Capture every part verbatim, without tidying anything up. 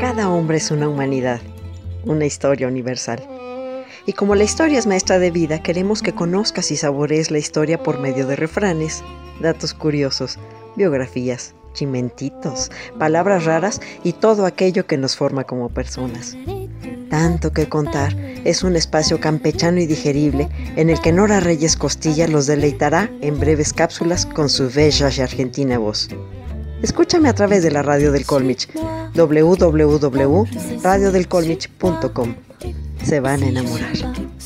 Cada hombre es una humanidad, una historia universal. Y como la historia es maestra de vida, queremos que conozcas y saborees la historia por medio de refranes, datos curiosos, biografías, chimentitos, palabras raras y todo aquello que nos forma como personas. Tanto que contar es un espacio campechano y digerible en el que Nora Reyes Costilla los deleitará en breves cápsulas con su bella y argentina voz. Escúchame a través de la radio del Colmich, doble u doble u doble u punto radio del colmich punto com. Se van a enamorar.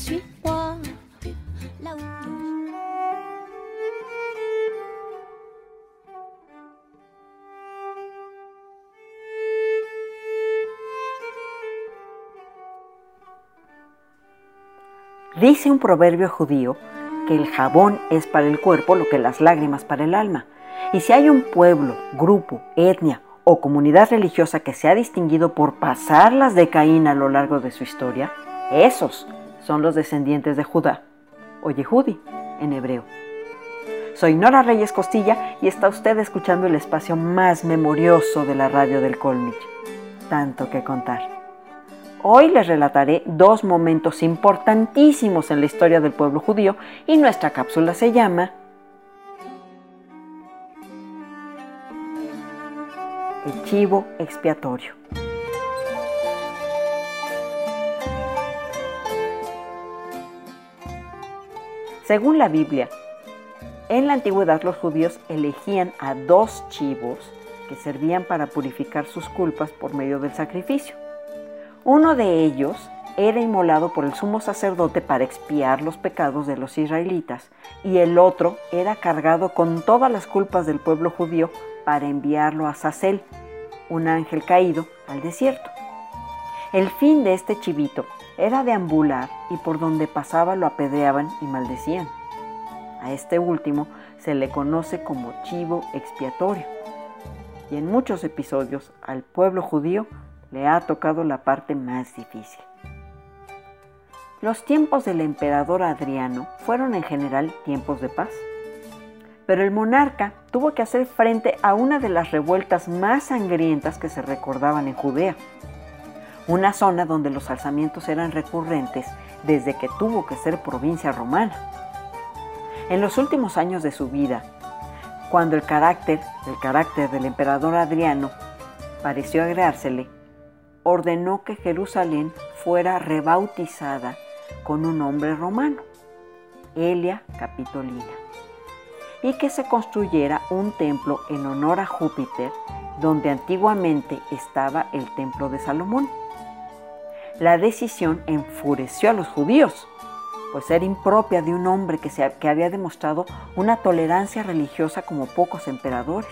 Dice un proverbio judío que el jabón es para el cuerpo lo que las lágrimas para el alma. Y si hay un pueblo, grupo, etnia o comunidad religiosa que se ha distinguido por pasarlas de Caín a lo largo de su historia, esos son los descendientes de Judá, o Yehudi en hebreo. Soy Nora Reyes Costilla y está usted escuchando el espacio más memorioso de la radio del Colmich. Tanto que contar. Hoy les relataré dos momentos importantísimos en la historia del pueblo judío y nuestra cápsula se llama El chivo expiatorio. Según la Biblia, en la antigüedad los judíos elegían a dos chivos que servían para purificar sus culpas por medio del sacrificio. Uno de ellos era inmolado por el sumo sacerdote para expiar los pecados de los israelitas y el otro era cargado con todas las culpas del pueblo judío para enviarlo a Azazel, un ángel caído, al desierto. El fin de este chivito era deambular y por donde pasaba lo apedreaban y maldecían. A este último se le conoce como chivo expiatorio y en muchos episodios al pueblo judío le ha tocado la parte más difícil. Los tiempos del emperador Adriano fueron en general tiempos de paz, pero el monarca tuvo que hacer frente a una de las revueltas más sangrientas que se recordaban en Judea, una zona donde los alzamientos eran recurrentes desde que tuvo que ser provincia romana. En los últimos años de su vida, cuando el carácter, el carácter del emperador Adriano pareció agrársele, ordenó que Jerusalén fuera rebautizada con un nombre romano, Aelia Capitolina, y que se construyera un templo en honor a Júpiter, donde antiguamente estaba el templo de Salomón. La decisión enfureció a los judíos, pues era impropia de un hombre que, se, que había demostrado una tolerancia religiosa como pocos emperadores.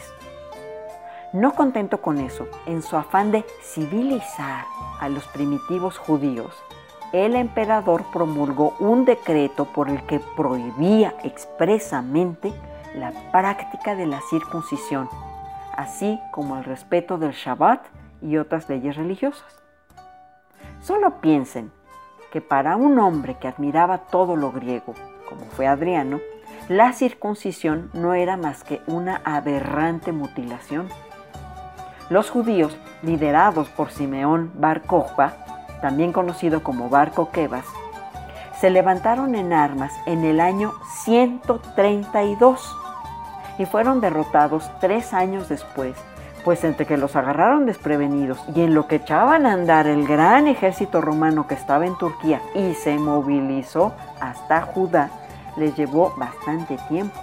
No contento con eso, en su afán de civilizar a los primitivos judíos, el emperador promulgó un decreto por el que prohibía expresamente la práctica de la circuncisión, así como el respeto del Shabbat y otras leyes religiosas. Solo piensen que para un hombre que admiraba todo lo griego, como fue Adriano, la circuncisión no era más que una aberrante mutilación. Los judíos, liderados por Simeón Bar Kokhba, también conocido como Bar Kokhebas, se levantaron en armas en el año ciento treinta y dos y fueron derrotados tres años después, pues entre que los agarraron desprevenidos y en lo que echaban a andar el gran ejército romano que estaba en Turquía y se movilizó hasta Judá, les llevó bastante tiempo.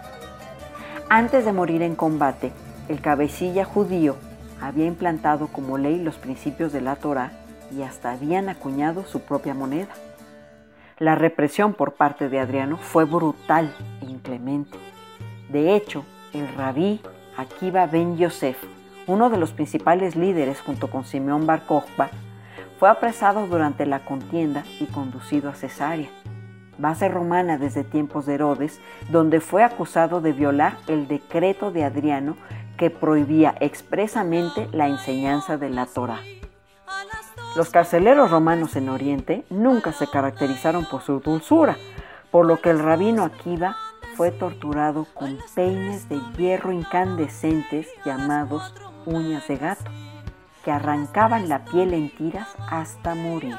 Antes de morir en combate, el cabecilla judío había implantado como ley los principios de la Torá y hasta habían acuñado su propia moneda. La represión por parte de Adriano fue brutal e inclemente. De hecho, el rabí Akiva ben Yosef, uno de los principales líderes junto con Simeón Bar Kokhba, fue apresado durante la contienda y conducido a Cesarea, base romana desde tiempos de Herodes, donde fue acusado de violar el decreto de Adriano que prohibía expresamente la enseñanza de la Torá. Los carceleros romanos en Oriente nunca se caracterizaron por su dulzura, por lo que el rabino Akiva fue torturado con peines de hierro incandescentes llamados uñas de gato. que arrancaban la piel en tiras hasta morir.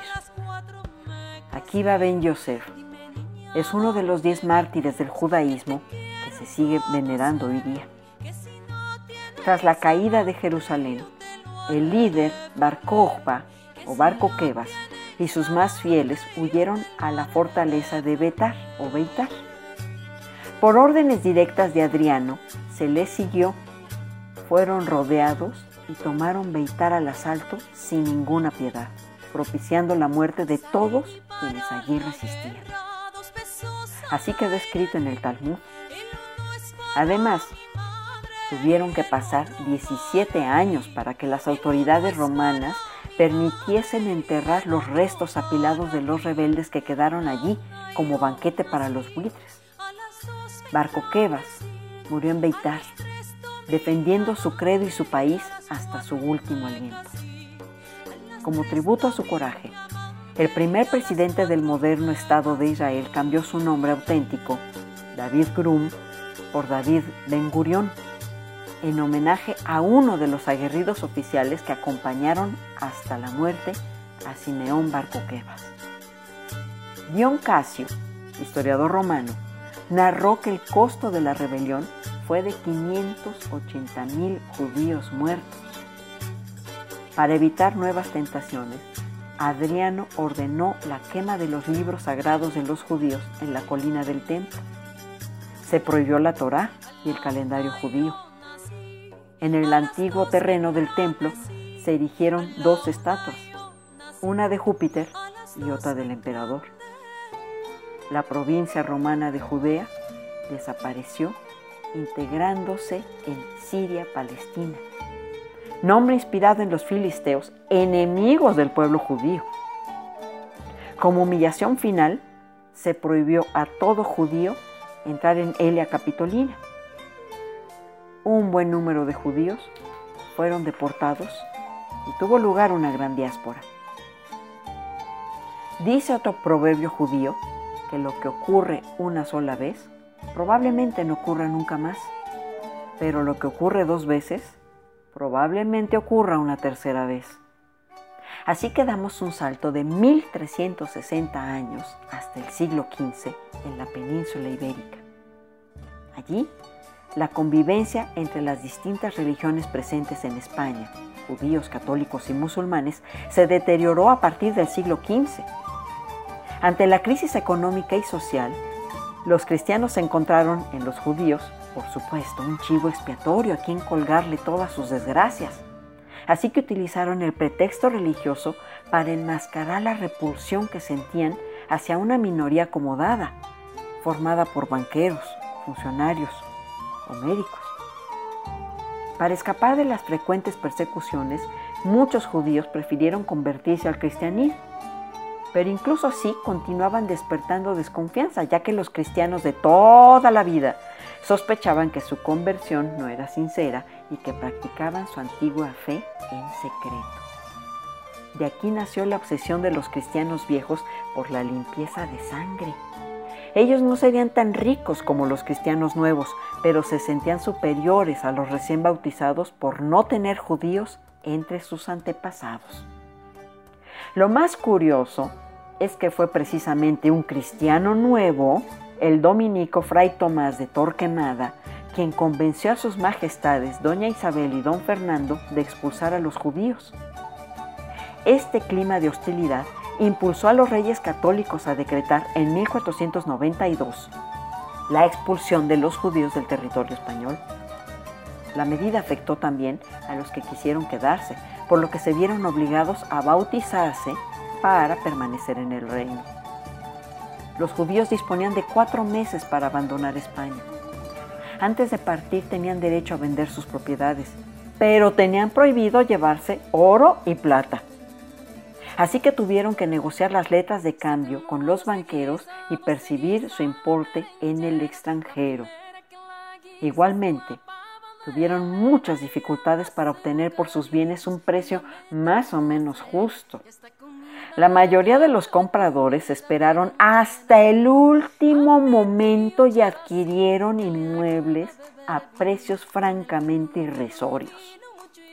Akiva ben Yosef es uno de los diez mártires del judaísmo que se sigue venerando hoy día. Tras la caída de Jerusalén, el líder Bar Kokhba o Bar Kokhba y sus más fieles huyeron a la fortaleza de Betar o Beitar. Por órdenes directas de Adriano, se les siguió, fueron rodeados y tomaron Beitar al asalto sin ninguna piedad, propiciando la muerte de todos quienes allí resistían. Así quedó escrito en el Talmud. Además, tuvieron que pasar diecisiete años para que las autoridades romanas permitiesen enterrar los restos apilados de los rebeldes que quedaron allí como banquete para los buitres. Bar Kokhba murió en Beitar, defendiendo su credo y su país hasta su último aliento. Como tributo a su coraje, el primer presidente del moderno Estado de Israel cambió su nombre auténtico, David Grum, por David Ben Gurión, en homenaje a uno de los aguerridos oficiales que acompañaron hasta la muerte a Simeón Bar Kokhba. Dion Casio, historiador romano, narró que el costo de la rebelión fue de quinientos ochenta mil judíos muertos. Para evitar nuevas tentaciones, Adriano ordenó la quema de los libros sagrados de los judíos en la colina del templo. Se prohibió la Torá y el calendario judío. En el antiguo terreno del templo se erigieron dos estatuas, una de Júpiter y otra del emperador. La provincia romana de Judea desapareció, integrándose en Siria-Palestina, nombre inspirado en los filisteos, enemigos del pueblo judío. Como humillación final, se prohibió a todo judío entrar en Elia Capitolina. Un buen número de judíos fueron deportados y tuvo lugar una gran diáspora. Dice otro proverbio judío que lo que ocurre una sola vez probablemente no ocurra nunca más, pero lo que ocurre dos veces probablemente ocurra una tercera vez. Así que damos un salto de mil trescientos sesenta años hasta el siglo quince en la península ibérica. Allí, la convivencia entre las distintas religiones presentes en España, judíos, católicos y musulmanes, se deterioró a partir del siglo quince. Ante la crisis económica y social, los cristianos encontraron en los judíos, por supuesto, un chivo expiatorio a quien colgarle todas sus desgracias. Así que utilizaron el pretexto religioso para enmascarar la repulsión que sentían hacia una minoría acomodada, formada por banqueros, funcionarios o médicos. Para escapar de las frecuentes persecuciones, muchos judíos prefirieron convertirse al cristianismo, pero incluso así continuaban despertando desconfianza, ya que los cristianos de toda la vida sospechaban que su conversión no era sincera y que practicaban su antigua fe en secreto. De aquí nació la obsesión de los cristianos viejos por la limpieza de sangre. Ellos no serían tan ricos como los cristianos nuevos, pero se sentían superiores a los recién bautizados por no tener judíos entre sus antepasados. Lo más curioso es que fue precisamente un cristiano nuevo, el dominico Fray Tomás de Torquemada, quien convenció a sus majestades doña Isabel y don Fernando de expulsar a los judíos. Este clima de hostilidad impulsó a los reyes católicos a decretar en mil cuatrocientos noventa y dos la expulsión de los judíos del territorio español. La medida afectó también a los que quisieron quedarse, por lo que se vieron obligados a bautizarse para permanecer en el reino. Los judíos disponían de cuatro meses para abandonar España. Antes de partir tenían derecho a vender sus propiedades, pero tenían prohibido llevarse oro y plata. Así que tuvieron que negociar las letras de cambio con los banqueros y percibir su importe en el extranjero. Igualmente, tuvieron muchas dificultades para obtener por sus bienes un precio más o menos justo. La mayoría de los compradores esperaron hasta el último momento y adquirieron inmuebles a precios francamente irrisorios.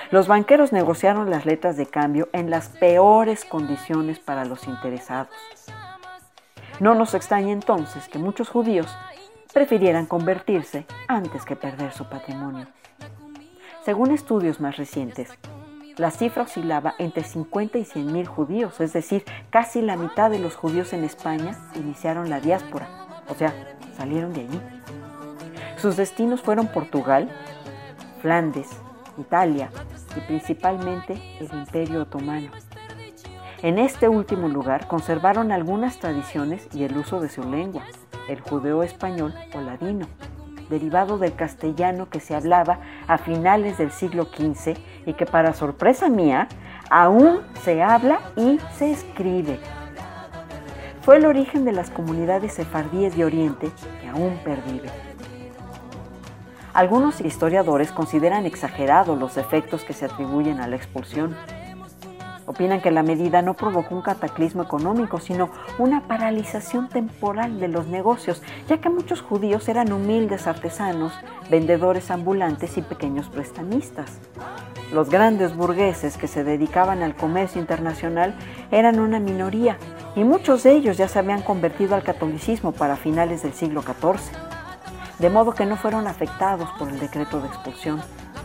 Los banqueros negociaron las letras de cambio en las peores condiciones para los interesados. No nos extraña entonces que muchos judíos prefirieran convertirse antes que perder su patrimonio. Según estudios más recientes, la cifra oscilaba entre cincuenta y cien mil judíos, es decir, casi la mitad de los judíos en España iniciaron la diáspora, o sea, salieron de allí. Sus destinos fueron Portugal, Flandes, Italia y principalmente el Imperio Otomano. En este último lugar conservaron algunas tradiciones y el uso de su lengua, el judeo-español o ladino, derivado del castellano que se hablaba a finales del siglo quince y que, para sorpresa mía, aún se habla y se escribe. Fue el origen de las comunidades sefardíes de Oriente que aún perviven. Algunos historiadores consideran exagerados los efectos que se atribuyen a la expulsión. Opinan que la medida no provocó un cataclismo económico, sino una paralización temporal de los negocios, ya que muchos judíos eran humildes artesanos, vendedores ambulantes y pequeños prestamistas. Los grandes burgueses que se dedicaban al comercio internacional eran una minoría, y muchos de ellos ya se habían convertido al catolicismo para finales del siglo catorce. De modo que no fueron afectados por el decreto de expulsión.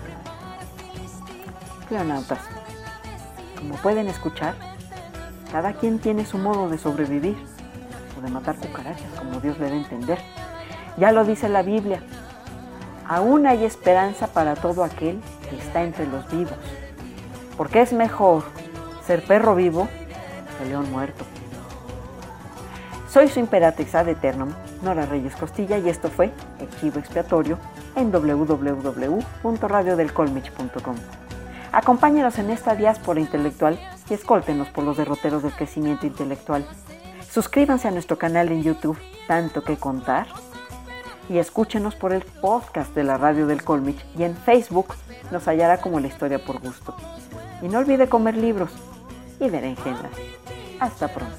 Cleonautas, como pueden escuchar, cada quien tiene su modo de sobrevivir o de matar cucarachas, como Dios le dé a entender. Ya lo dice la Biblia, aún hay esperanza para todo aquel que está entre los vivos, porque es mejor ser perro vivo que león muerto. Soy su Imperatrix ad Eternum, Nora Reyes Costilla, y esto fue El Chivo Expiatorio en doble u doble u doble u punto radio del colmich punto com. Acompáñenos en esta diáspora intelectual y escóltenos por los derroteros del crecimiento intelectual. Suscríbanse a nuestro canal en YouTube, Tanto que Contar, y escúchenos por el podcast de la Radio del Colmich, y en Facebook nos hallará como La Historia por Gusto. Y no olvide comer libros y berenjenas. Hasta pronto.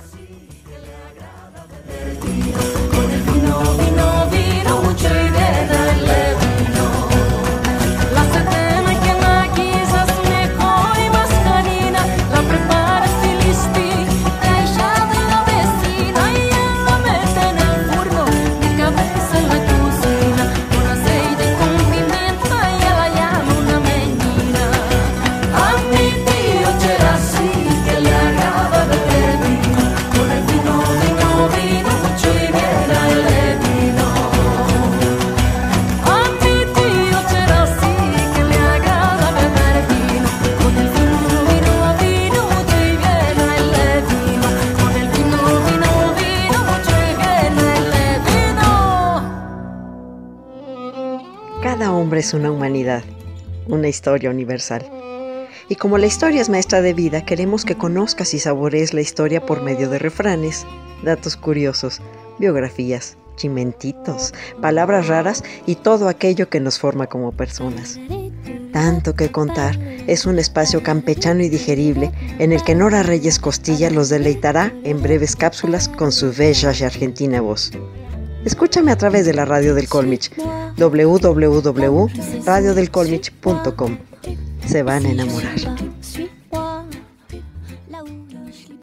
Con el vino, vino, vino, mucho y de darle vino. La setena que maquisa es mejor y más harina. La prepara estilisti, rayada en la vecina. Y él la mete en el horno, de cabeza en la cocina. Con aceite y con pimienta, y él la llama una menina. A mi tío era así, que le agrada beber vino. Con el vino, vino, vino. Cada hombre es una humanidad, una historia universal. Y como la historia es maestra de vida, queremos que conozcas y saborees la historia por medio de refranes, datos curiosos, biografías, chimentitos, palabras raras y todo aquello que nos forma como personas. Tanto que Contar es un espacio campechano y digerible en el que Nora Reyes Costilla los deleitará en breves cápsulas con su bella y argentina voz. Escúchame a través de la Radio del Colmich, doble u doble u doble u punto radio del colmich punto com. Se van a enamorar.